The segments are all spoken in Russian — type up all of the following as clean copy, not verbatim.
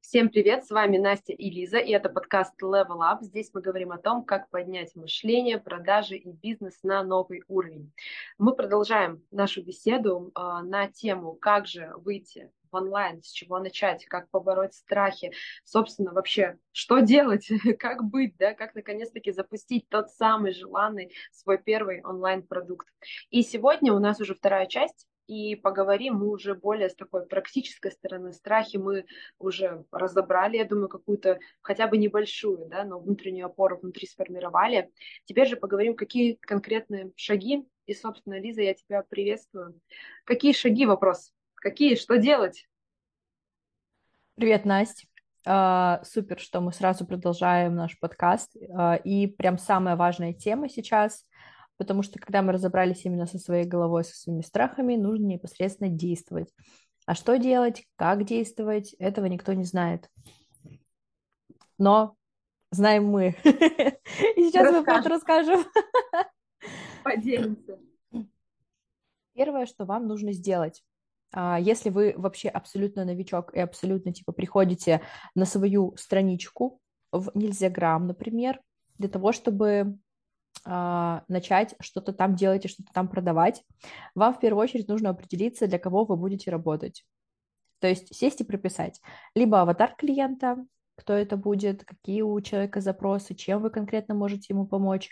Всем привет, с вами Настя и Лиза, и это подкаст Level Up. Здесь мы говорим о том, как поднять мышление, продажи и бизнес на новый уровень. Мы продолжаем нашу беседу на тему, как же выйти в онлайн, с чего начать, как побороть страхи, собственно, вообще, что делать, как быть, да, как наконец-таки запустить тот самый желанный свой первый онлайн-продукт. И сегодня у нас уже вторая часть, и поговорим мы уже более с такой практической стороны. Страхи мы уже разобрали, я думаю, какую-то хотя бы небольшую, да, но внутреннюю опору внутри сформировали. Теперь же поговорим, какие конкретные шаги. И, собственно, Лиза, я тебя приветствую. Какие шаги, вопрос? Какие, что делать? Привет, Настя. Супер, что мы сразу продолжаем наш подкаст. И прям самая важная тема сейчас, потому что когда мы разобрались именно со своей головой, со своими страхами, нужно непосредственно действовать. А что делать, как действовать, этого никто не знает. Но знаем мы. И сейчас мы про это Расскажем, расскажем. поделимся. Первое, что вам нужно сделать, если вы вообще абсолютно новичок и абсолютно типа приходите на свою страничку в Нельзяграм, например, для того, чтобы начать что-то там делать и что-то там продавать, вам в первую очередь нужно определиться, для кого вы будете работать. То есть сесть и прописать либо аватар клиента, кто это будет, какие у человека запросы, чем вы конкретно можете ему помочь,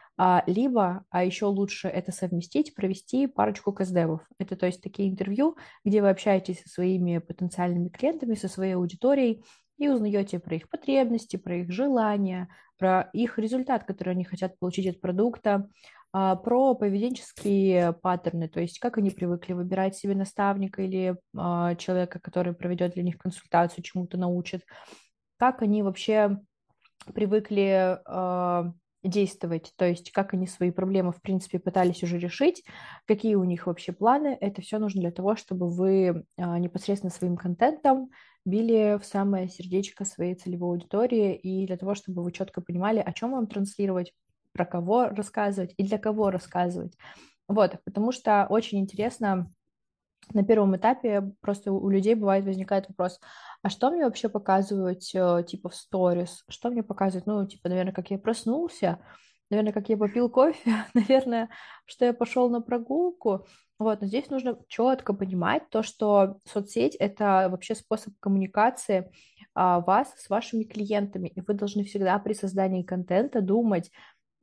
либо, а еще лучше это совместить, провести парочку КСДевов. Это то есть такие интервью, где вы общаетесь со своими потенциальными клиентами, со своей аудиторией и узнаете про их потребности, про их желания, про их результат, который они хотят получить от продукта, про поведенческие паттерны, то есть как они привыкли выбирать себе наставника или человека, который проведет для них консультацию, чему-то научит, как они вообще привыкли действовать, то есть как они свои проблемы, в принципе, пытались уже решить, какие у них вообще планы. Это все нужно для того, чтобы вы непосредственно своим контентом били в самое сердечко своей целевой аудитории и для того, чтобы вы четко понимали, о чем вам транслировать, про кого рассказывать и для кого рассказывать. Вот, потому что очень интересно на первом этапе просто у людей бывает возникает вопрос, а что мне вообще показывать, типа, в сторис? Что мне показывать? Ну, типа, наверное, как я проснулся, наверное, как я попил кофе, наверное, что я пошел на прогулку. Вот, но здесь нужно четко понимать то, что соцсеть– это вообще способ коммуникации вас с вашими клиентами, и вы должны всегда при создании контента думать,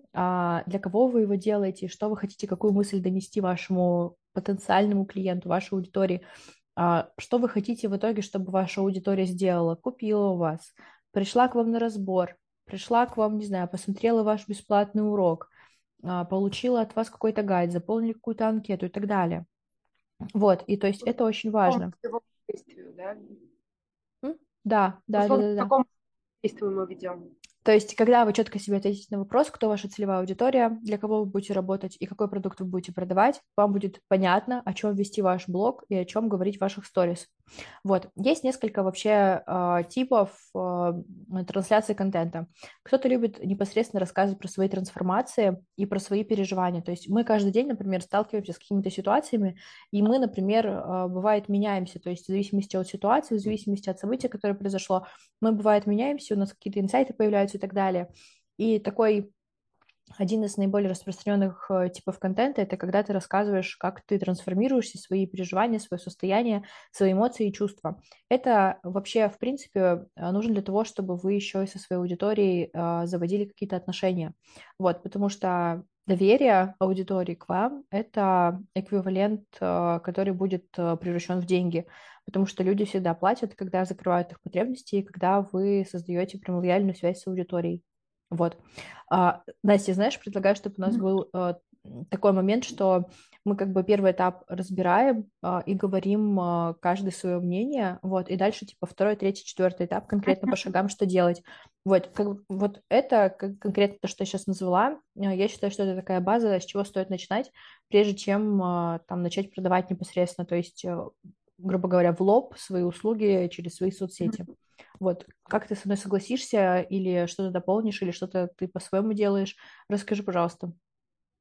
для кого вы его делаете, что вы хотите, какую мысль донести вашему потенциальному клиенту, вашей аудитории, что вы хотите в итоге, чтобы ваша аудитория сделала, купила у вас, пришла к вам на разбор, пришла к вам, не знаю, посмотрела ваш бесплатный урок, получила от вас какой-то гайд, заполнили какую-то анкету и так далее. Вот, и то есть это очень К важно. какому действию, да? Да, да, да, Условно, да, к да. какому действию мы ведем? То есть, когда вы четко себе ответите на вопрос, кто ваша целевая аудитория, для кого вы будете работать и какой продукт вы будете продавать, вам будет понятно, о чем вести ваш блог и о чем говорить в ваших сторис. Вот. Есть несколько вообще типов трансляции контента. Кто-то любит непосредственно рассказывать про свои трансформации и про свои переживания. То есть мы каждый день, например, сталкиваемся с какими-то ситуациями, и мы, например, бывает меняемся. То есть в зависимости от ситуации, в зависимости от события, которое произошло, мы, бывает, меняемся, у нас какие-то инсайты появляются и так далее. И такой один из наиболее распространенных типов контента– это когда ты рассказываешь, как ты трансформируешься, свои переживания, свое состояние, свои эмоции и чувства. Это вообще, в принципе, нужно для того, чтобы вы еще и со своей аудиторией заводили какие-то отношения. Вот, потому что доверие аудитории к вам– это эквивалент, который будет превращен в деньги, потому что люди всегда платят, когда закрывают их потребности, и когда вы создаете прям лояльную связь с аудиторией. Вот. Настя, знаешь, предлагаю, чтобы у нас был такой момент, что мы как бы первый этап разбираем и говорим каждый свое мнение, вот, и дальше типа второй, третий, четвертый этап конкретно по шагам, что делать. Вот, вот это конкретно то, что я сейчас назвала, я считаю, что это такая база, с чего стоит начинать, прежде чем там начать продавать непосредственно, то есть, грубо говоря, в лоб свои услуги через свои соцсети. Вот, как ты со мной согласишься, или что-то дополнишь, или что-то ты по-своему делаешь? Расскажи, пожалуйста.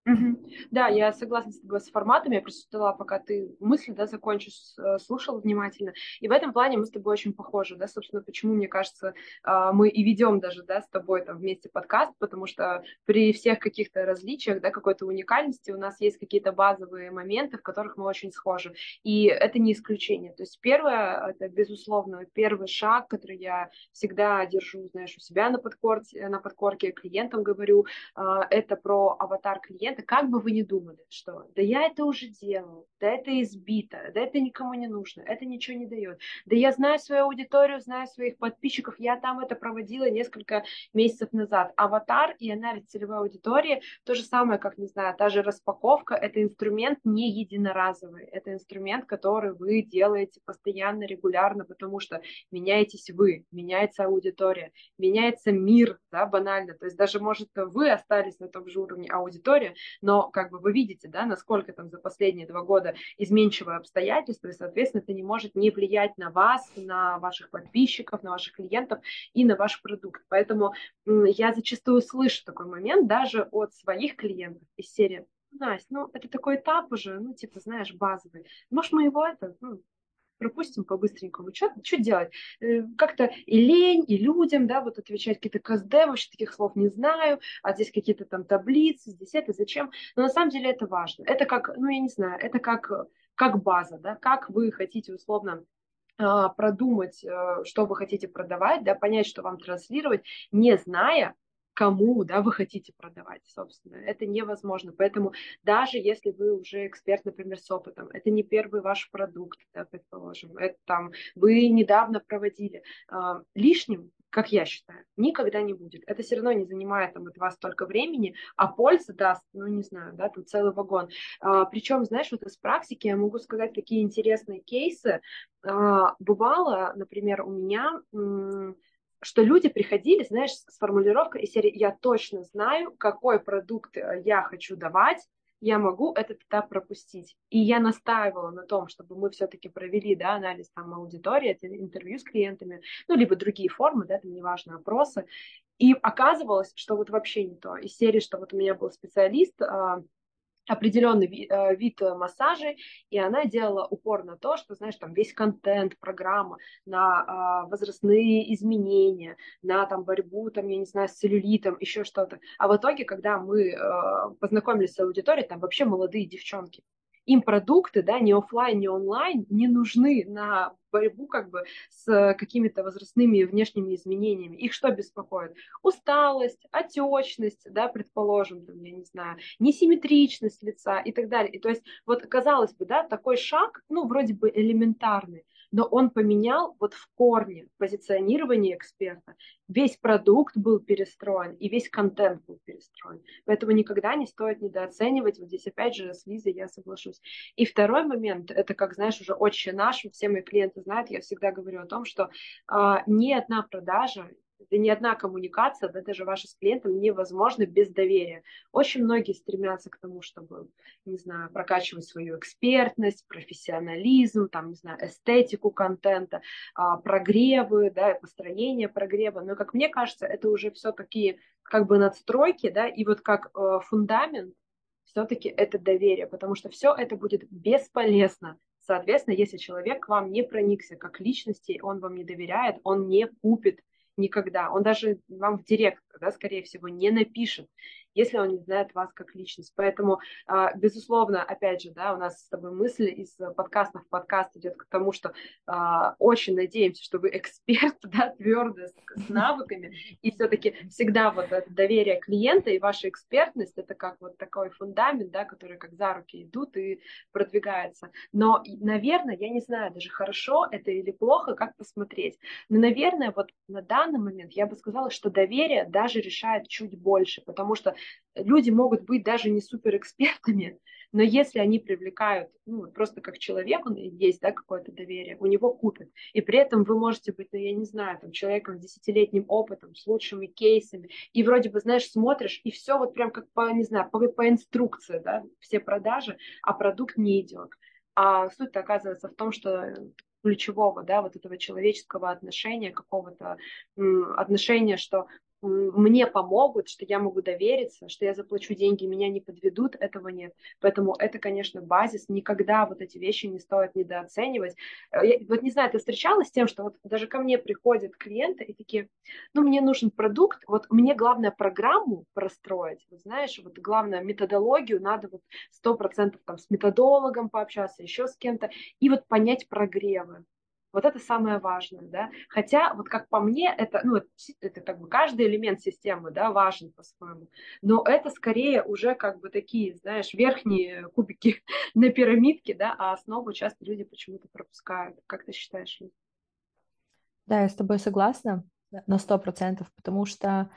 Мгм. Да, я согласна с тобой с форматом. Я просто ждала, пока ты мысль, да, закончишь, слушала внимательно. И в этом плане мы с тобой очень похожи, да, собственно, почему, мне кажется, мы и ведем даже, да, с тобой там вместе подкаст, потому что при всех каких-то различиях, да, какой-то уникальности у нас есть какие-то базовые моменты, в которых мы очень схожи. И это не исключение. То есть первое, это, безусловно, первый шаг, который я всегда держу, знаешь, у себя на подкорке клиентам говорю, это про аватар клиента, как бы вы ни думали, что да я это уже делал, да это избито, да это никому не нужно, это ничего не дает, да я знаю свою аудиторию, знаю своих подписчиков, я там это проводила несколько месяцев назад. Аватар и анализ целевой аудитории то же самое, как, не знаю, та же распаковка, это инструмент не единоразовый, это инструмент, который вы делаете постоянно, регулярно, потому что меняетесь вы, меняется аудитория, меняется мир, да, банально. То есть даже, может, вы остались на том же уровне аудитории, но как бы вы видите, да, насколько там за последние 2 года изменчивые обстоятельства, и, соответственно, это не может не влиять на вас, на ваших подписчиков, на ваших клиентов и на ваш продукт. Поэтому я зачастую слышу такой момент даже от своих клиентов из серии: Настя, ну, это такой этап уже, ну, типа, знаешь, базовый. Может, мы его пропустим по-быстренькому. Что делать? Как-то и лень, и людям, да, вот отвечать какие-то КСД, вообще таких слов не знаю, а здесь какие-то там таблицы, здесь это, зачем? Но на самом деле это важно. Это как, ну, я не знаю, это как база, да, как вы хотите условно продумать, что вы хотите продавать, да, понять, что вам транслировать, не зная, кому, да, вы хотите продавать, собственно. Это невозможно. Поэтому даже если вы уже эксперт, например, с опытом, это не первый ваш продукт, да, предположим, это там вы недавно проводили, лишним, как я считаю, никогда не будет. Это все равно не занимает там от вас столько времени, а пользы даст, ну, не знаю, да, тут целый вагон. Причем, знаешь, вот из практики я могу сказать такие интересные кейсы, бывало, например, у меня, что люди приходили, знаешь, с формулировкой из серии «я точно знаю, какой продукт я хочу давать, я могу этот этап пропустить». И я настаивала на том, чтобы мы все-таки провели, да, анализ там аудитории, это интервью с клиентами, ну, либо другие формы, да, там неважно, опросы. И оказывалось, что вот вообще не то. Из серии, что вот у меня был специалист, определенный вид массажей, и она делала упор на то, что, знаешь, там весь контент, программа на возрастные изменения, на там борьбу, там, я не знаю, с целлюлитом, еще что-то. А в итоге, когда мы познакомились с аудиторией, там вообще молодые девчонки. Им продукты, да, ни офлайн, ни онлайн не нужны на борьбу как бы с какими-то возрастными внешними изменениями. Их что беспокоит? Усталость, отечность, да, предположим, там, я не знаю, несимметричность лица и так далее. И то есть вот казалось бы, да, такой шаг, ну, вроде бы элементарный, но он поменял вот в корне позиционирование эксперта. Весь продукт был перестроен, и весь контент был перестроен. Поэтому никогда не стоит недооценивать. Вот здесь опять же с Лизой я соглашусь. И второй момент, это как, знаешь, уже отче наш, все мои клиенты знают, я всегда говорю о том, что ни одна продажа, да ни одна коммуникация, да, даже ваша с клиентом невозможна без доверия. Очень многие стремятся к тому, чтобы, не знаю, прокачивать свою экспертность, профессионализм, там, не знаю, эстетику контента, прогревы, да, построение прогрева. Но, как мне кажется, это уже все такие как бы надстройки, да, и вот как фундамент все-таки это доверие, потому что все это будет бесполезно. Соответственно, если человек к вам не проникся как личности, он вам не доверяет, он не купит никогда. Он даже вам в директ, да, скорее всего, не напишет, если он не знает вас как личность. Поэтому, безусловно, опять же, да, у нас с тобой мысль из подкаста в подкаст идет к тому, что очень надеемся, что вы эксперт, да, твердо, с навыками, и все-таки всегда вот это доверие клиента и ваша экспертность, это как вот такой фундамент, да, который как за руки идут и продвигается. Но, наверное, я не знаю даже хорошо это или плохо, как посмотреть. Но, наверное, вот на данный момент я бы сказала, что доверие даже решает чуть больше, потому что люди могут быть даже не суперэкспертами, но если они привлекают, ну, просто как человек, он есть, да, какое-то доверие, у него купят. И при этом вы можете быть, ну, я не знаю, там, человеком с десятилетним опытом, с лучшими кейсами, и вроде бы, знаешь, смотришь, и все вот прям как по, не знаю, по инструкции, да, все продажи, а продукт не идет. А суть оказывается в том, что ключевого, да, вот этого человеческого отношения, какого-то отношения, что мне помогут, что я могу довериться, что я заплачу деньги, меня не подведут, этого нет. Поэтому это, конечно, базис. Никогда вот эти вещи не стоит недооценивать. Вот не знаю, ты встречалась с тем, что вот даже ко мне приходят клиенты и такие, ну, мне нужен продукт, вот мне главное программу простроить, вот знаешь, вот главное методологию, надо вот 100% там с методологом пообщаться, еще с кем-то, и вот понять прогревы. Вот это самое важное, да. Хотя, вот как по мне, это, ну, это как бы каждый элемент системы, да, важен по-своему. Но это скорее уже как бы такие, знаешь, верхние кубики на пирамидке, да, а основу часто люди почему-то пропускают. Как ты считаешь, Лиз? Да, я с тобой согласна на 100%, потому что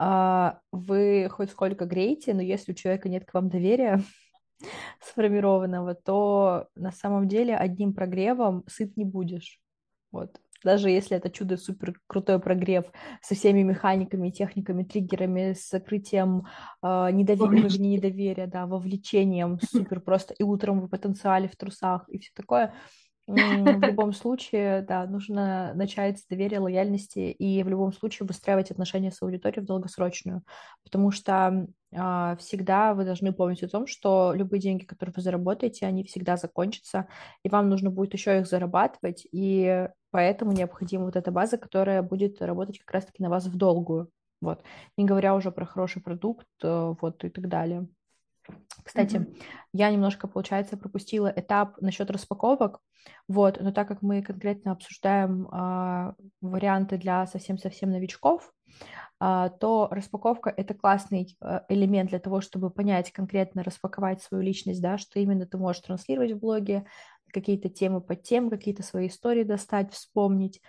вы хоть сколько греете, но если у человека нет к вам доверия сформированного, то на самом деле одним прогревом сыт не будешь. Вот. Даже если это чудо супер крутой прогрев со всеми механиками, техниками, триггерами, с закрытием уровня недоверия, да, вовлечением супер просто и утром вы потенциале в трусах и все такое, в любом случае, да, нужно начать с доверия, лояльности и в любом случае выстраивать отношения с аудиторией в долгосрочную, потому что всегда вы должны помнить о том, что любые деньги, которые вы заработаете, они всегда закончатся, и вам нужно будет еще их зарабатывать, и поэтому необходима вот эта база, которая будет работать как раз-таки на вас в долгую, вот, не говоря уже про хороший продукт, вот, и так далее. Кстати, Мгм. я немножко, получается, пропустила этап насчет распаковок, вот, но так как мы конкретно обсуждаем варианты для совсем-совсем новичков, то распаковка — это классный элемент для того, чтобы понять конкретно, распаковать свою личность, да, что именно ты можешь транслировать в блоге, какие-то темы под тем, какие-то свои истории достать, вспомнить,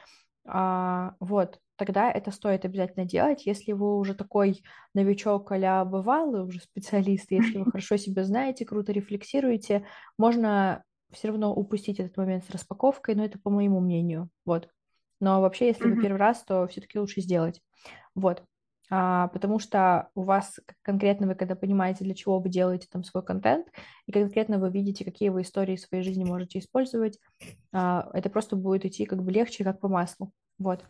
вот, тогда это стоит обязательно делать. Если вы уже такой новичок а-ля бывалый, уже специалист, если вы хорошо себя знаете, круто рефлексируете, можно все равно упустить этот момент с распаковкой, но это по моему мнению, вот. Но вообще, если вы Мгм. первый раз, то все-таки лучше сделать, вот. Потому что у вас конкретно вы, когда понимаете, для чего вы делаете там свой контент, и конкретно вы видите, какие вы истории в своей жизни можете использовать, это просто будет идти как бы легче, как по маслу. Вот.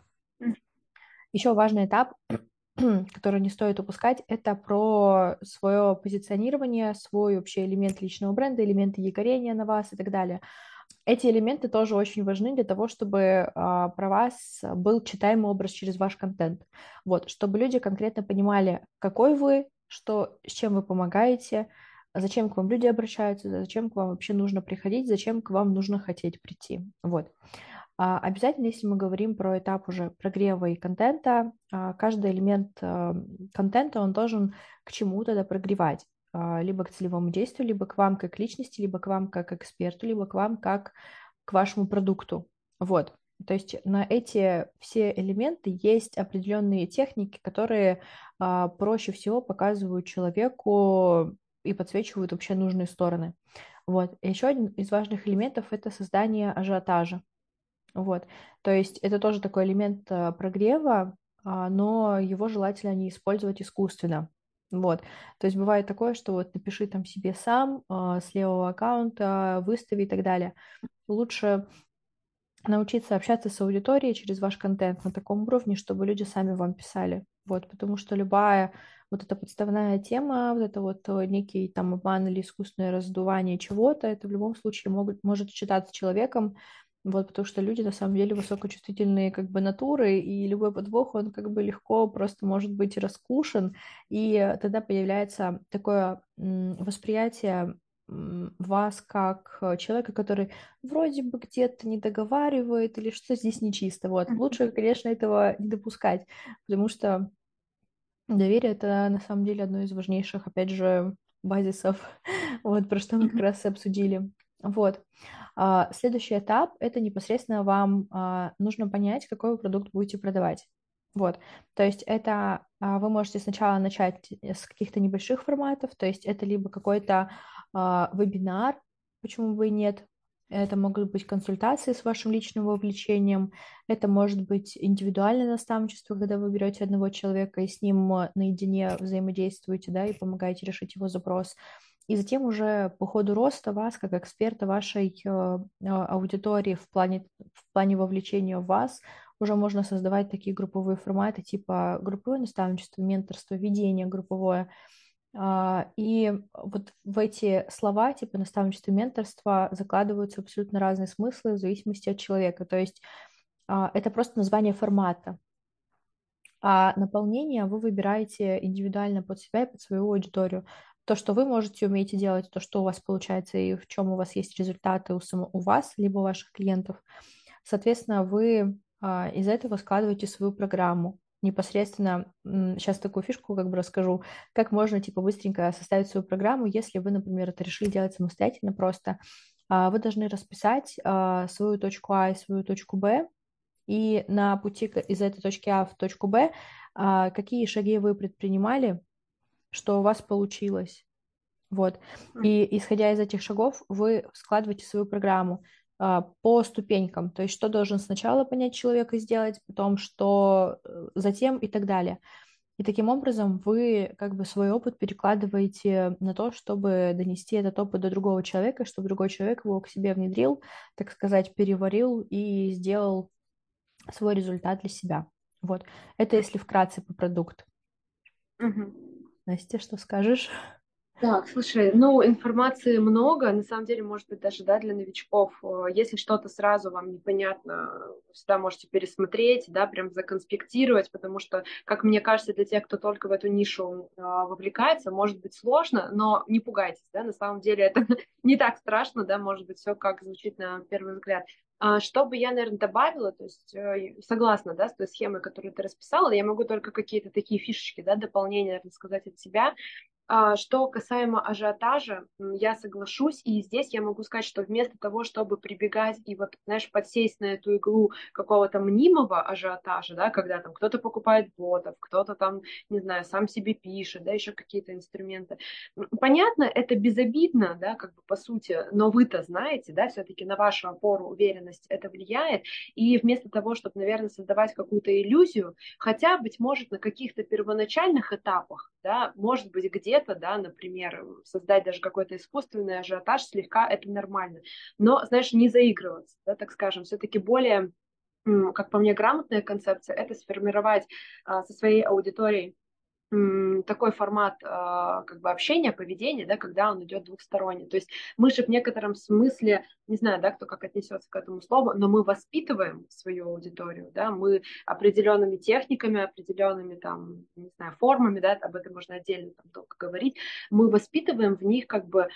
Еще важный этап, который не стоит упускать, это про свое позиционирование, свой вообще элемент личного бренда, элементы якорения на вас и так далее. Эти элементы тоже очень важны для того, чтобы про вас был читаемый образ через ваш контент. Вот, чтобы люди конкретно понимали, какой вы, что, с чем вы помогаете, зачем к вам люди обращаются, зачем к вам вообще нужно приходить, зачем к вам нужно хотеть прийти. Вот. Обязательно, если мы говорим про этап уже прогрева и контента, каждый элемент контента, он должен к чему-то прогревать. Либо к целевому действию, либо к вам как личности, либо к вам как эксперту, либо к вам как к вашему продукту. Вот. То есть на эти все элементы есть определенные техники, которые проще всего показывают человеку и подсвечивают вообще нужные стороны. Вот. И еще один из важных элементов — это создание ажиотажа. Вот. То есть это тоже такой элемент прогрева, но его желательно не использовать искусственно. Вот. То есть бывает такое, что вот напиши там себе сам с левого аккаунта, выстави и так далее. Лучше научиться общаться с аудиторией через ваш контент на таком уровне, чтобы люди сами вам писали. Вот, потому что любая вот эта подставная тема, вот это вот некий там обман или искусственное раздувание чего-то, это в любом случае может считаться человеком, вот, потому что люди на самом деле высокочувствительные как бы натуры, и любой подвох, он как бы легко просто может быть раскушен, и тогда появляется такое восприятие вас как человека, который вроде бы где-то не договаривает или что здесь нечисто. Вот. Лучше, конечно, этого не допускать, потому что доверие — это на самом деле одно из важнейших, опять же, базисов, вот, про что мы как раз и обсудили. Вот. Следующий этап — это непосредственно вам нужно понять, какой вы продукт будете продавать. Вот, то есть это вы можете сначала начать с каких-то небольших форматов, то есть это либо какой-то вебинар, почему бы и нет, это могут быть консультации с вашим личным вовлечением, это может быть индивидуальное наставничество, когда вы берете одного человека и с ним наедине взаимодействуете, да, и помогаете решить его запрос. И затем уже по ходу роста вас, как эксперта вашей аудитории в плане вовлечения в вас, уже можно создавать такие групповые форматы, типа групповое наставничество, менторство, ведение групповое. И вот в эти слова, типа наставничество, менторство, закладываются абсолютно разные смыслы в зависимости от человека. То есть это просто название формата. А наполнение вы выбираете индивидуально под себя и под свою аудиторию. То, что вы можете, умеете делать, то, что у вас получается и в чем у вас есть результаты у вас, либо у ваших клиентов. Соответственно, вы из этого складываете свою программу. Непосредственно сейчас такую фишку как бы расскажу, как можно типа быстренько составить свою программу, если вы, например, это решили делать самостоятельно просто. Вы должны расписать свою точку А и свою точку Б, и на пути из этой точки А в точку Б, какие шаги вы предпринимали, что у вас получилось. Вот. И исходя из этих шагов, вы складываете свою программу по ступенькам. То есть, что должен сначала понять человек и сделать, потом что затем и так далее. И таким образом вы как бы свой опыт перекладываете на то, чтобы донести этот опыт до другого человека, чтобы другой человек его к себе внедрил, так сказать, переварил и сделал свой результат для себя. Вот. Это если вкратце по продукту. Мгм. Настя, что скажешь? Так, слушай, ну, информации много, на самом деле, может быть, даже, да, для новичков. Если что-то сразу вам непонятно, всегда можете пересмотреть, да, прям законспектировать, потому что, как мне кажется, для тех, кто только в эту нишу вовлекается, может быть сложно, но не пугайтесь, да, на самом деле это не так страшно, да, может быть, все как звучит на первый взгляд. Что бы я, наверное, добавила, то есть согласна, да, с той схемой, которую ты расписала, я могу только какие-то такие фишечки, да, дополнения, наверное, сказать от себя. Что касаемо ажиотажа, я соглашусь, и здесь я могу сказать, что вместо того, чтобы прибегать и вот, знаешь, подсесть на эту иглу какого-то мнимого ажиотажа, да, когда там кто-то покупает ботов, кто-то там, не знаю, сам себе пишет, да, еще какие-то инструменты. Понятно, это безобидно, да, как бы по сути, но вы-то знаете, да, все-таки на вашу опору, уверенность это влияет, и вместо того, чтобы, наверное, создавать какую-то иллюзию, хотя, быть может, на каких-то первоначальных этапах, да, может быть, где-то, да, например, создать даже какой-то искусственный ажиотаж слегка, это нормально. Но, знаешь, не заигрываться, да, так скажем, все-таки более, как по мне, грамотная концепция, это сформировать со своей аудиторией такой формат как бы общения, поведения, да, когда он идет двухсторонний. То есть мы же в некотором смысле, не знаю, да, кто как отнесется к этому слову, но мы воспитываем свою аудиторию, да, мы определенными техниками, определенными там, не знаю, формами, да, об этом можно отдельно там долго говорить, мы воспитываем в них как бы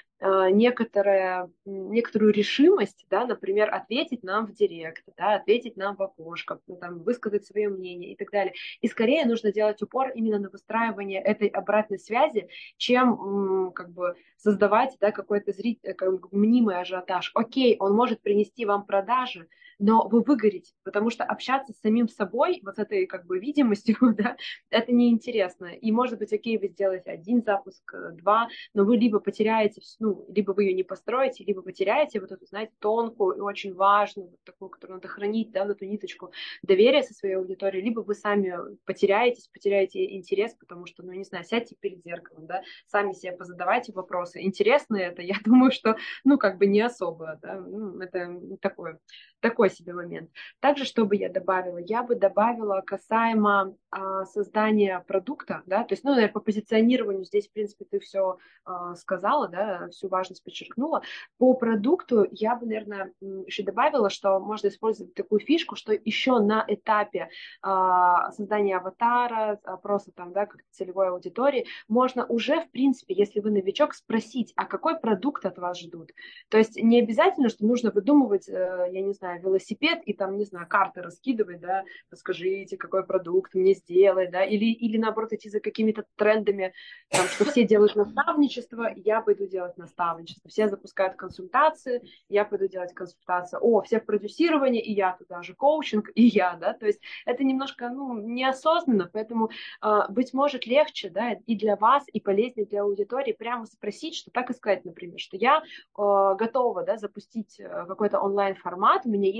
некоторую решимость, да, например, ответить нам в директ, да, ответить нам в окошко, ну, там, высказать свое мнение и так далее. И скорее нужно делать упор именно на выстраивание этой обратной связи, чем как бы создавать, да, какой-то как бы мнимый ажиотаж. Окей, он может принести вам продажи, но вы выгорите, потому что общаться с самим собой, вот с этой как бы видимостью, да, это неинтересно. И может быть, окей, вы сделаете один запуск, два, но вы либо потеряете, ну, либо вы ее не построите, либо потеряете вот эту, знаете, тонкую и очень важную, вот такую, которую надо хранить, да, вот эту ниточку доверия со своей аудиторией, либо вы сами потеряете интерес, потому что, ну, не знаю, сядьте перед зеркалом, да, сами себе позадавайте вопросы. Интересно это? Я думаю, что, ну, как бы не особо, да, ну, это такой себе момент. Также, что бы я добавила? Я бы добавила касаемо создания продукта, да, то есть, ну, наверное, по позиционированию здесь, в принципе, ты все сказала, да, всю важность подчеркнула. По продукту я бы, наверное, еще добавила, что можно использовать такую фишку, что еще на этапе создания аватара, опроса там, да, как целевой аудитории, можно уже, в принципе, если вы новичок, спросить, а какой продукт от вас ждут. То есть не обязательно, что нужно выдумывать, я не знаю, велосипед и там, не знаю, карты раскидывать, да, расскажите, какой продукт мне сделать, да, или наоборот идти за какими-то трендами, там, что все делают наставничество, я пойду делать наставничество, все запускают консультации, я пойду делать консультацию, все в продюсировании, и я туда же коучинг, и я, да, то есть это немножко, ну, неосознанно, поэтому, быть может, легче, да, и для вас, и полезнее для аудитории прямо спросить, что так и сказать, например, что я готова, да, запустить какой-то онлайн-формат, у меня есть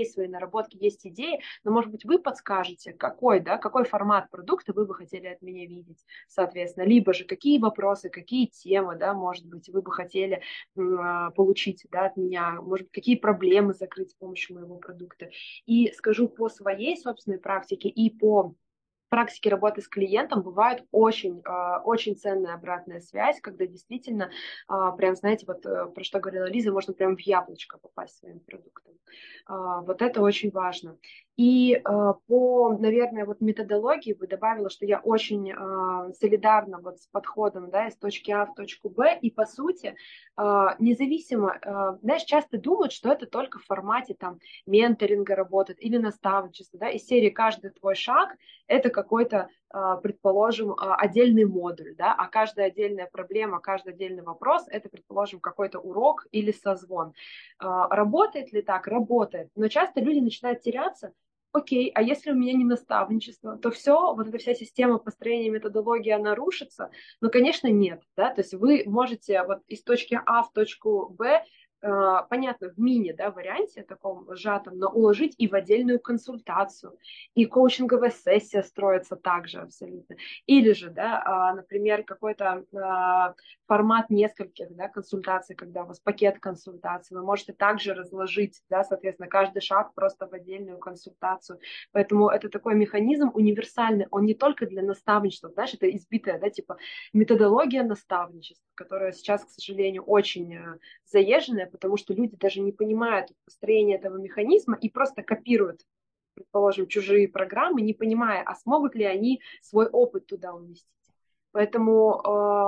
есть свои наработки, есть идеи, но, может быть, вы подскажете, какой формат продукта вы бы хотели от меня видеть, соответственно, либо же какие вопросы, какие темы, да, может быть, вы бы хотели получить, да, от меня, может быть, какие проблемы закрыть с помощью моего продукта. И скажу по своей собственной практике и по практике работы с клиентом бывает очень ценная обратная связь, когда действительно, прям, знаете, вот про что говорила Лиза, можно прям в яблочко попасть своим продуктом. Вот это очень важно. И по, наверное, вот методологии бы добавила, что я очень солидарна вот с подходом, да, из точки А в точку Б, и по сути, независимо, знаешь, часто думают, что это только в формате там менторинга работает или наставничества, да, из серии «Каждый твой шаг» это какой-то, предположим, отдельный модуль, да, а каждая отдельная проблема, каждый отдельный вопрос, это, предположим, какой-то урок или созвон. Работает ли так? Работает. Но часто люди начинают теряться. Окей, а если у меня не наставничество, то все, вот эта вся система построения методологии, она рушится? Ну, конечно, нет, да, то есть вы можете вот из точки А в точку Б понятно, в мини, да, варианте таком сжатом, но уложить и в отдельную консультацию, и коучинговая сессия строится также абсолютно. Или же, да, например, какой-то формат нескольких, да, консультаций, когда у вас пакет консультаций, вы можете также разложить, да, соответственно, каждый шаг просто в отдельную консультацию. Поэтому это такой механизм универсальный, он не только для наставничества, знаешь, это избитая, да, типа методология наставничества, которая сейчас, к сожалению, очень заезженная, потому что люди даже не понимают построение этого механизма и просто копируют, предположим, чужие программы, не понимая, а смогут ли они свой опыт туда уместить. Поэтому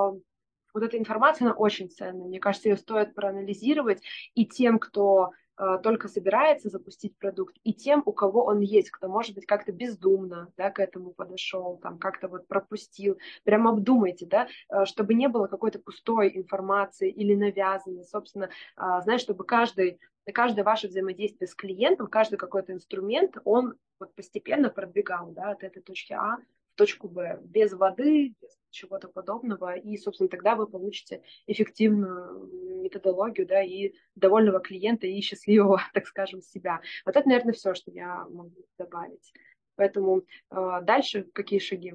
вот эта информация, она очень ценная. Мне кажется, ее стоит проанализировать и тем, кто только собирается запустить продукт, и тем, у кого он есть, кто, может быть, как-то бездумно, да, к этому подошел, там, как-то вот пропустил. Прям обдумайте, да, чтобы не было какой-то пустой информации или навязанной. Собственно, знаешь, чтобы каждое ваше взаимодействие с клиентом, каждый какой-то инструмент, он вот постепенно продвигал, да, от этой точки А в точку Б, без воды, без чего-то подобного, и, собственно, тогда вы получите эффективную методологию, да, и довольного клиента, и счастливого, так скажем, себя. Вот это, наверное, все, что я могу добавить. Поэтому дальше какие шаги?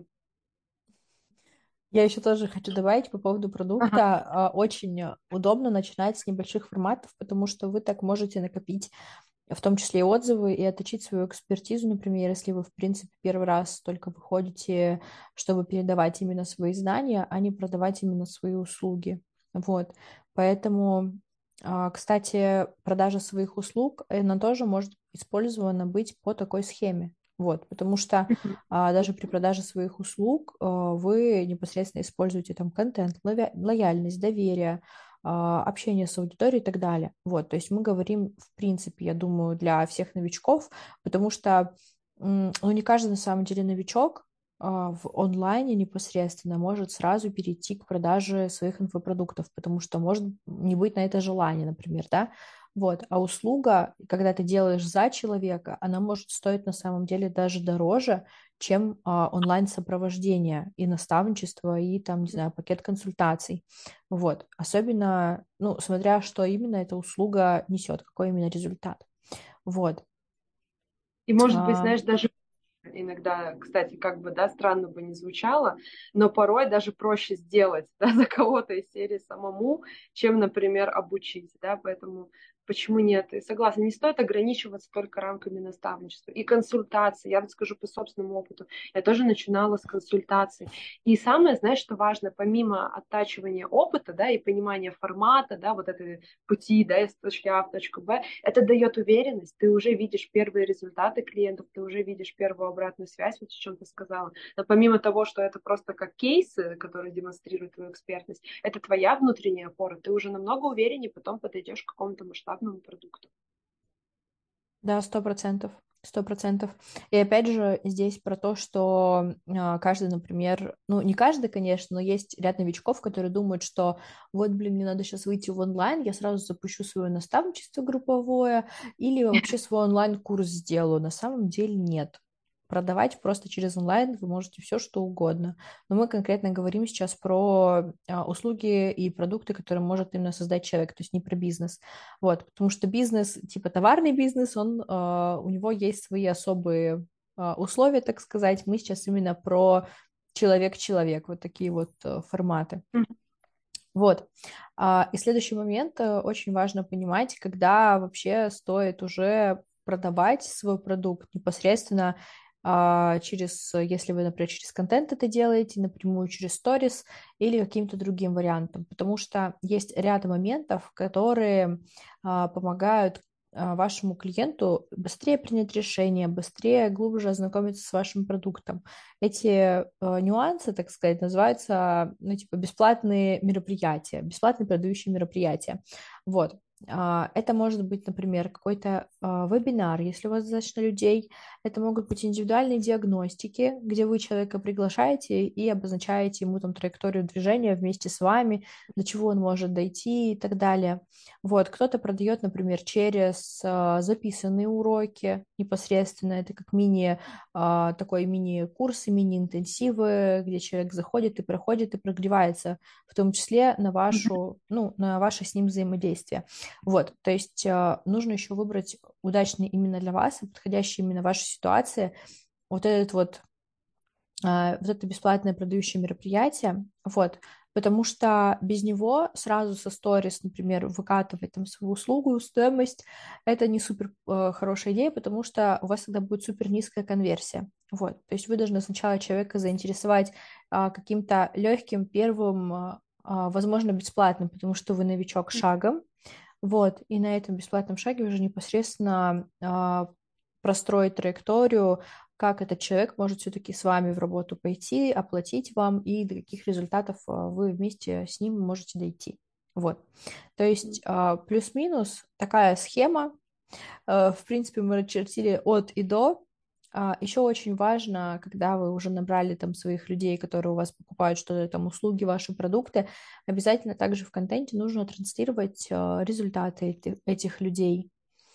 Я еще тоже хочу добавить по поводу Ага. продукта. Очень удобно начинать с небольших форматов, потому что вы так можете накопить в том числе и отзывы, и отточить свою экспертизу, например, если вы, в принципе, первый раз только выходите, чтобы передавать именно свои знания, а не продавать именно свои услуги. Вот. Поэтому, кстати, продажа своих услуг, она тоже может использована быть по такой схеме. Вот, потому что даже при продаже своих услуг вы непосредственно используете там контент, лояльность, доверие, общение с аудиторией и так далее. Вот, то есть мы говорим, в принципе, я думаю, для всех новичков, потому что, ну, не каждый на самом деле новичок в онлайне непосредственно может сразу перейти к продаже своих инфопродуктов, потому что может не быть на это желания, например, да, вот, а услуга, когда ты делаешь за человека, она может стоить на самом деле даже дороже, чем онлайн-сопровождение и наставничество, и там, не знаю, пакет консультаций. Вот. Особенно, ну, смотря, что именно эта услуга несет, какой именно результат. Вот. И, может быть, А, знаешь, даже иногда, кстати, как бы, да, странно бы не звучало, но порой даже проще сделать, да, за кого-то из серии самому, чем, например, обучить, да, поэтому почему нет? И согласна, не стоит ограничиваться только рамками наставничества. И консультации, я вот скажу по собственному опыту, я тоже начинала с консультаций. И самое, знаешь, что важно, помимо оттачивания опыта, да, и понимания формата, да, вот этой пути, да, из точки А в точку Б, это дает уверенность, ты уже видишь первые результаты клиентов, ты уже видишь первую обратную связь, вот о чем ты сказала. Но помимо того, что это просто как кейсы, которые демонстрируют твою экспертность, это твоя внутренняя опора, ты уже намного увереннее потом подойдешь к какому-то масштабному продукту. да, 100%. 100%. И опять же, здесь про то, что каждый, например, ну, не каждый, конечно, но есть ряд новичков, которые думают, что вот, блин, мне надо сейчас выйти в онлайн, я сразу запущу свое наставничество групповое или вообще свой онлайн-курс сделаю. На самом деле нет. продавать просто через онлайн вы можете все, что угодно. Но мы конкретно говорим сейчас про услуги и продукты, которые может именно создать человек, то есть не про бизнес. Вот, потому что бизнес, типа товарный бизнес, у него есть свои особые условия, так сказать. Мы сейчас именно про человек-человек, вот такие вот форматы. Вот. И следующий момент, очень важно понимать, когда вообще стоит уже продавать свой продукт непосредственно если вы, например, через контент это делаете, напрямую через сторис или каким-то другим вариантом, потому что есть ряд моментов, которые помогают вашему клиенту быстрее принять решение, быстрее, глубже ознакомиться с вашим продуктом. Эти нюансы, так сказать, называются, ну, типа, бесплатные мероприятия, бесплатные продающие мероприятия. Вот. Это может быть, например, какой-то вебинар, если у вас достаточно людей. Это могут быть индивидуальные диагностики, где вы человека приглашаете и обозначаете ему там траекторию движения вместе с вами, до чего он может дойти и так далее. Вот. Кто-то продает, например, через записанные уроки непосредственно. Это как такой мини-курсы, мини-интенсивы, где человек заходит и проходит и прогревается, в том числе на на ваше с ним взаимодействие. Вот, то есть нужно еще выбрать удачный именно для вас и подходящий именно вашей ситуации вот это бесплатное продающее мероприятие, вот, потому что без него сразу со сторис, например, выкатывать там свою услугу, стоимость, это не супер хорошая идея, потому что у вас тогда будет супер низкая конверсия, вот, то есть вы должны сначала человека заинтересовать каким-то легким первым, возможно, бесплатным, потому что вы новичок шагом, вот, и на этом бесплатном шаге уже непосредственно простроить траекторию, как этот человек может все-таки с вами в работу пойти, оплатить вам, и до каких результатов вы вместе с ним можете дойти. Вот. То есть плюс-минус такая схема. В принципе, мы расчертили от и до. Еще очень важно, когда вы уже набрали там своих людей, которые у вас покупают что-то, там услуги, ваши продукты, обязательно также в контенте нужно транслировать результаты этих людей.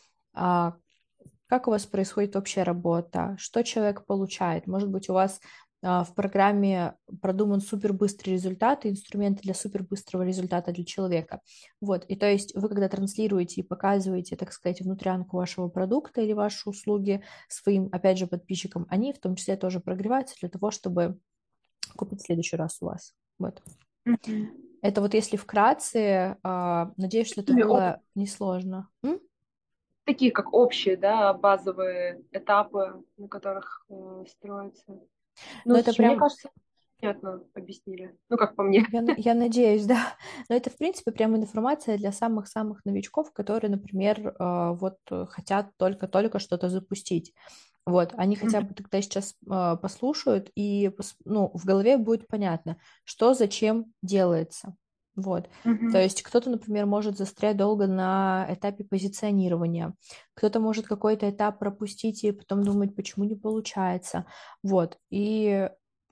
Как у вас происходит общая работа, что человек получает. Может быть, у вас в программе продуман супербыстрый результат и инструменты для супербыстрого результата для человека. Вот, и то есть вы, когда транслируете и показываете, так сказать, внутрянку вашего продукта или ваши услуги своим, опять же, подписчикам, они в том числе тоже прогреваются для того, чтобы купить в следующий раз у вас. Вот. Это вот если вкратце, надеюсь, что это было несложно. Такие как общие, да, базовые этапы, на которых строится. Ну, Но это мне прям... кажется, понятно объяснили. Ну, как по мне. Я надеюсь, да. Но это, в принципе, прям информация для самых-самых новичков, которые, например, хотят только-только что-то запустить. Вот, они хотя бы тогда сейчас послушают, и в голове будет понятно, что зачем делается. Вот. То есть кто-то, например, может застрять долго на этапе позиционирования, кто-то может какой-то этап пропустить и потом думать, почему не получается. Вот. И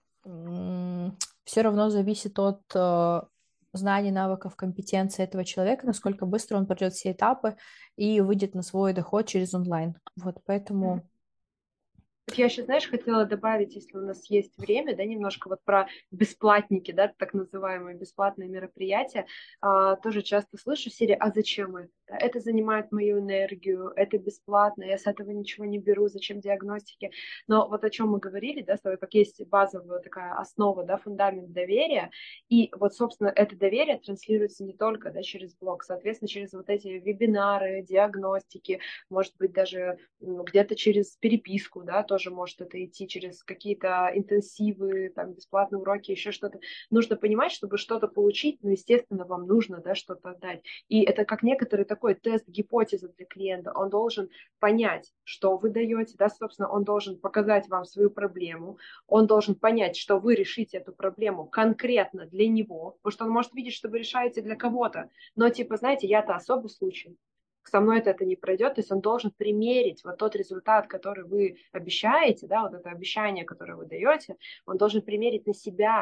все равно зависит от знаний, навыков, компетенции этого человека, насколько быстро он пройдет все этапы и выйдет на свой доход через онлайн. Вот, поэтому... Вот я еще, знаешь, хотела добавить, если у нас есть время, да, немножко вот про бесплатники, да, так называемые бесплатные мероприятия. Тоже часто слышу в серии, а зачем это? Это занимает мою энергию, это бесплатно, я с этого ничего не беру, зачем диагностики? Но вот о чем мы говорили, да, с тобой, как есть базовая такая основа, да, фундамент доверия, и вот, собственно, это доверие транслируется не только, да, через блог, соответственно, через вот эти вебинары, диагностики, может быть, даже где-то через переписку, да, тоже может это идти через какие-то интенсивы, там, бесплатные уроки, еще что-то. Нужно понимать, чтобы что-то получить, ну, естественно, вам нужно, да, что-то отдать. И это как некоторый такой тест гипотезы для клиента. Он должен понять, что вы даете, да, собственно, он должен показать вам свою проблему, он должен понять, что вы решите эту проблему конкретно для него, потому что он может видеть, что вы решаете для кого-то, но, типа, знаете, я-то особый случай, со мной это не пройдет, то есть он должен примерить вот тот результат, который вы обещаете, да, вот это обещание, которое вы даете, он должен примерить на себя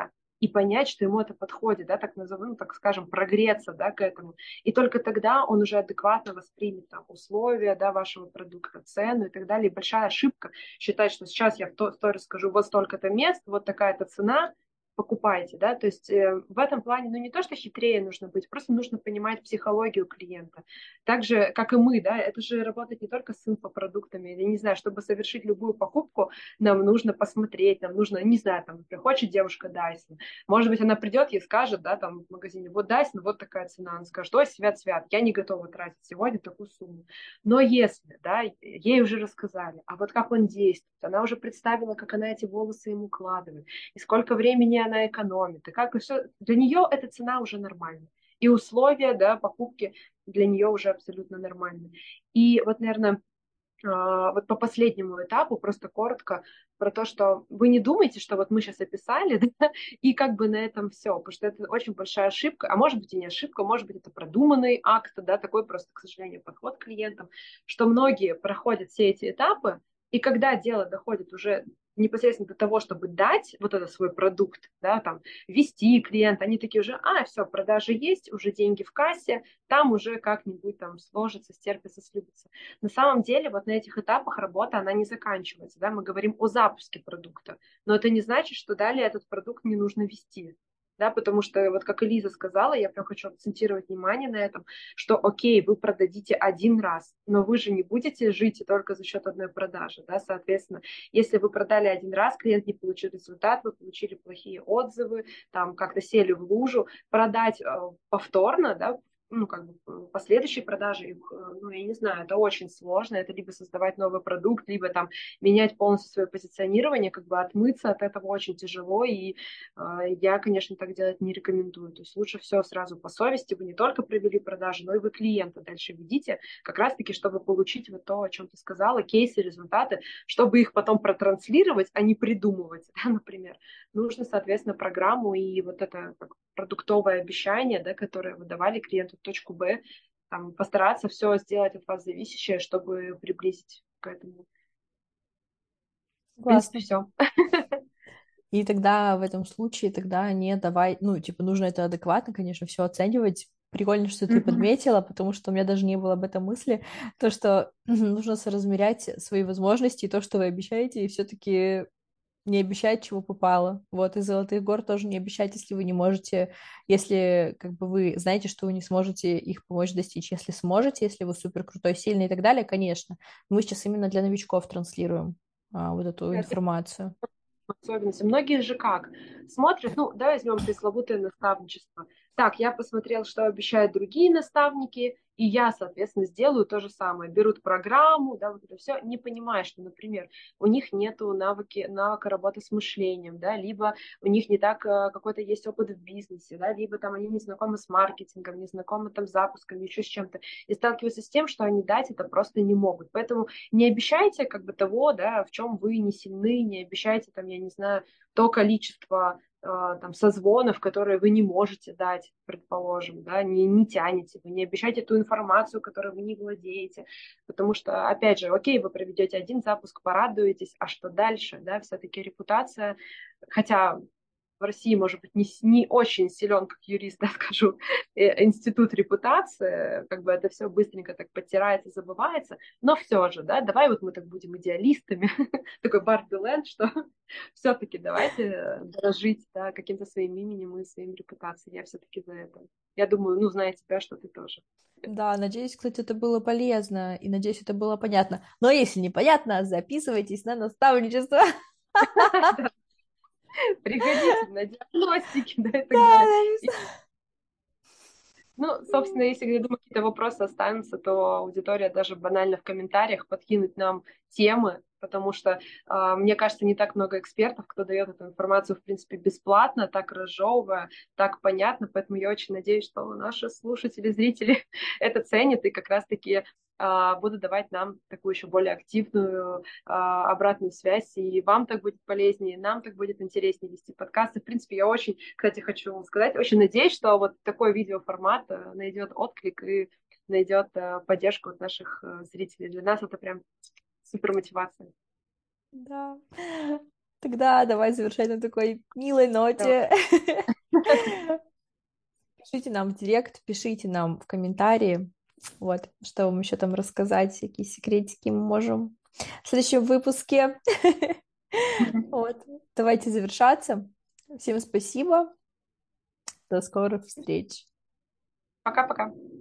и понять, что ему это подходит, да, так назовем, ну, так скажем, прогреться, да, к этому. И только тогда он уже адекватно воспримет там условия, да, вашего продукта, цену и так далее. И большая ошибка считать, что сейчас я в сторис скажу, вот столько-то мест, вот такая-то цена, покупайте, да, то есть в этом плане, ну, не то, что хитрее нужно быть, просто нужно понимать психологию клиента. Так же, как и мы, да, это же работает не только с инфопродуктами, я не знаю, чтобы совершить любую покупку, нам нужно посмотреть, нам нужно, не знаю, там, хочет девушка Dyson, может быть, она придет и скажет, да, там, в магазине, вот Dyson, вот такая цена, она скажет, ой, свят-свят, я не готова тратить сегодня такую сумму. Но если, да, ей уже рассказали, а вот как он действует, она уже представила, как она эти волосы ему укладывает, и сколько времени она экономит, и как и все. Для нее эта цена уже нормальная. И условия, да, покупки для нее уже абсолютно нормальны. И вот, наверное, вот по последнему этапу, просто коротко, про то, что вы не думаете, что вот мы сейчас описали, да, и как бы на этом все, потому что это очень большая ошибка, а может быть и не ошибка, может быть это продуманный акт, да, такой просто, к сожалению, подход к клиентам, что многие проходят все эти этапы, и когда дело доходит уже непосредственно до того, чтобы дать вот этот свой продукт, да, там, вести клиента, они такие уже, все, продажи есть, уже деньги в кассе, там уже как-нибудь там сложится, стерпится, слюбится. На самом деле вот на этих этапах работа, она не заканчивается. Да? Мы говорим о запуске продукта, но это не значит, что далее этот продукт не нужно вести. Да, потому что, вот как Элиза сказала, я прям хочу акцентировать внимание на этом, что окей, вы продадите один раз, но вы же не будете жить только за счет одной продажи. Да? Соответственно, если вы продали один раз, клиент не получил результат, вы получили плохие отзывы, там как-то сели в лужу, продать повторно, да, ну, как бы последующие продажи, ну, я не знаю, это очень сложно, это либо создавать новый продукт, либо там менять полностью свое позиционирование, как бы отмыться от этого очень тяжело, и я, конечно, так делать не рекомендую. То есть лучше все сразу по совести, вы не только провели продажи, но и вы клиента дальше ведите, как раз-таки, чтобы получить вот то, о чем ты сказала, кейсы, результаты, чтобы их потом протранслировать, а не придумывать, да, например. Нужно, соответственно, программу и вот это как продуктовое обещание, да, которое вы давали клиенту в точку Б, там, постараться все сделать от вас зависящее, чтобы приблизить к этому. В принципе, Классно. все. И тогда в этом случае тогда не давай, ну, типа, нужно это адекватно, конечно, все оценивать. Прикольно, что ты подметила, потому что у меня даже не было об этом мысли, то, что нужно соразмерять свои возможности и то, что вы обещаете, и все-таки не обещать, чего попало. Вот, из «Золотых гор» тоже не обещать, если вы не можете, если как бы вы знаете, что вы не сможете их помочь достичь. Если сможете, если вы супер крутой, сильный и так далее, конечно. Мы сейчас именно для новичков транслируем вот эту Это информацию. особенности. Многие же как? Смотрят, ну, давай возьмем пресловутое наставничество. Так, я посмотрел, что обещают другие наставники, и я, соответственно, сделаю то же самое. Берут программу, да, вот это все, не понимая, что, например, у них нету навыка работы с мышлением, да, либо у них не так какой-то есть опыт в бизнесе, да, либо там они не знакомы с маркетингом, не знакомы там с запуском, еще с чем-то, и сталкиваются с тем, что они дать это просто не могут. Поэтому не обещайте как бы того, да, в чем вы не сильны, не обещайте там, я не знаю, то количество там созвонов, которые вы не можете дать, предположим, да, не тянете, вы не обещайте ту информацию, которой вы не владеете, потому что, опять же, окей, вы проведете один запуск, порадуетесь, а что дальше, да, все-таки репутация, хотя в России, может быть, не очень силен, как юрист, да, скажу, институт репутации, как бы это все быстренько так подтирается, забывается, но все же, да, давай вот мы так будем идеалистами, такой Барби Лэнд, что все-таки давайте дорожить, да, каким-то своим именем и своим репутацией. Я все-таки за это. Я думаю, ну, зная тебя, что ты тоже. Да, надеюсь, кстати, это было полезно, и надеюсь, это было понятно. Но если непонятно, записывайтесь на наставничество. Приходите на диагностики, да, и так далее. Да, Ну, собственно, если, я думаю, какие-то вопросы останутся, то аудитория даже банально в комментариях подкинуть нам темы, потому что, мне кажется, не так много экспертов, кто дает эту информацию, в принципе, бесплатно, так разжевывая, так понятно, поэтому я очень надеюсь, что наши слушатели, зрители это ценят и как раз-таки будут давать нам такую еще более активную обратную связь, и вам так будет полезнее, нам так будет интереснее вести подкасты. В принципе, я очень, кстати, хочу вам сказать, очень надеюсь, что вот такой видеоформат найдет отклик и найдет поддержку от наших зрителей. Для нас это прям супер мотивация. да. Тогда давай завершать на такой милой Давай. ноте. Пишите нам в директ, пишите нам в комментарии, вот, что вам еще там рассказать, какие секретики мы можем в следующем выпуске. Вот, давайте завершаться. Всем спасибо. До скорых встреч. Пока-пока.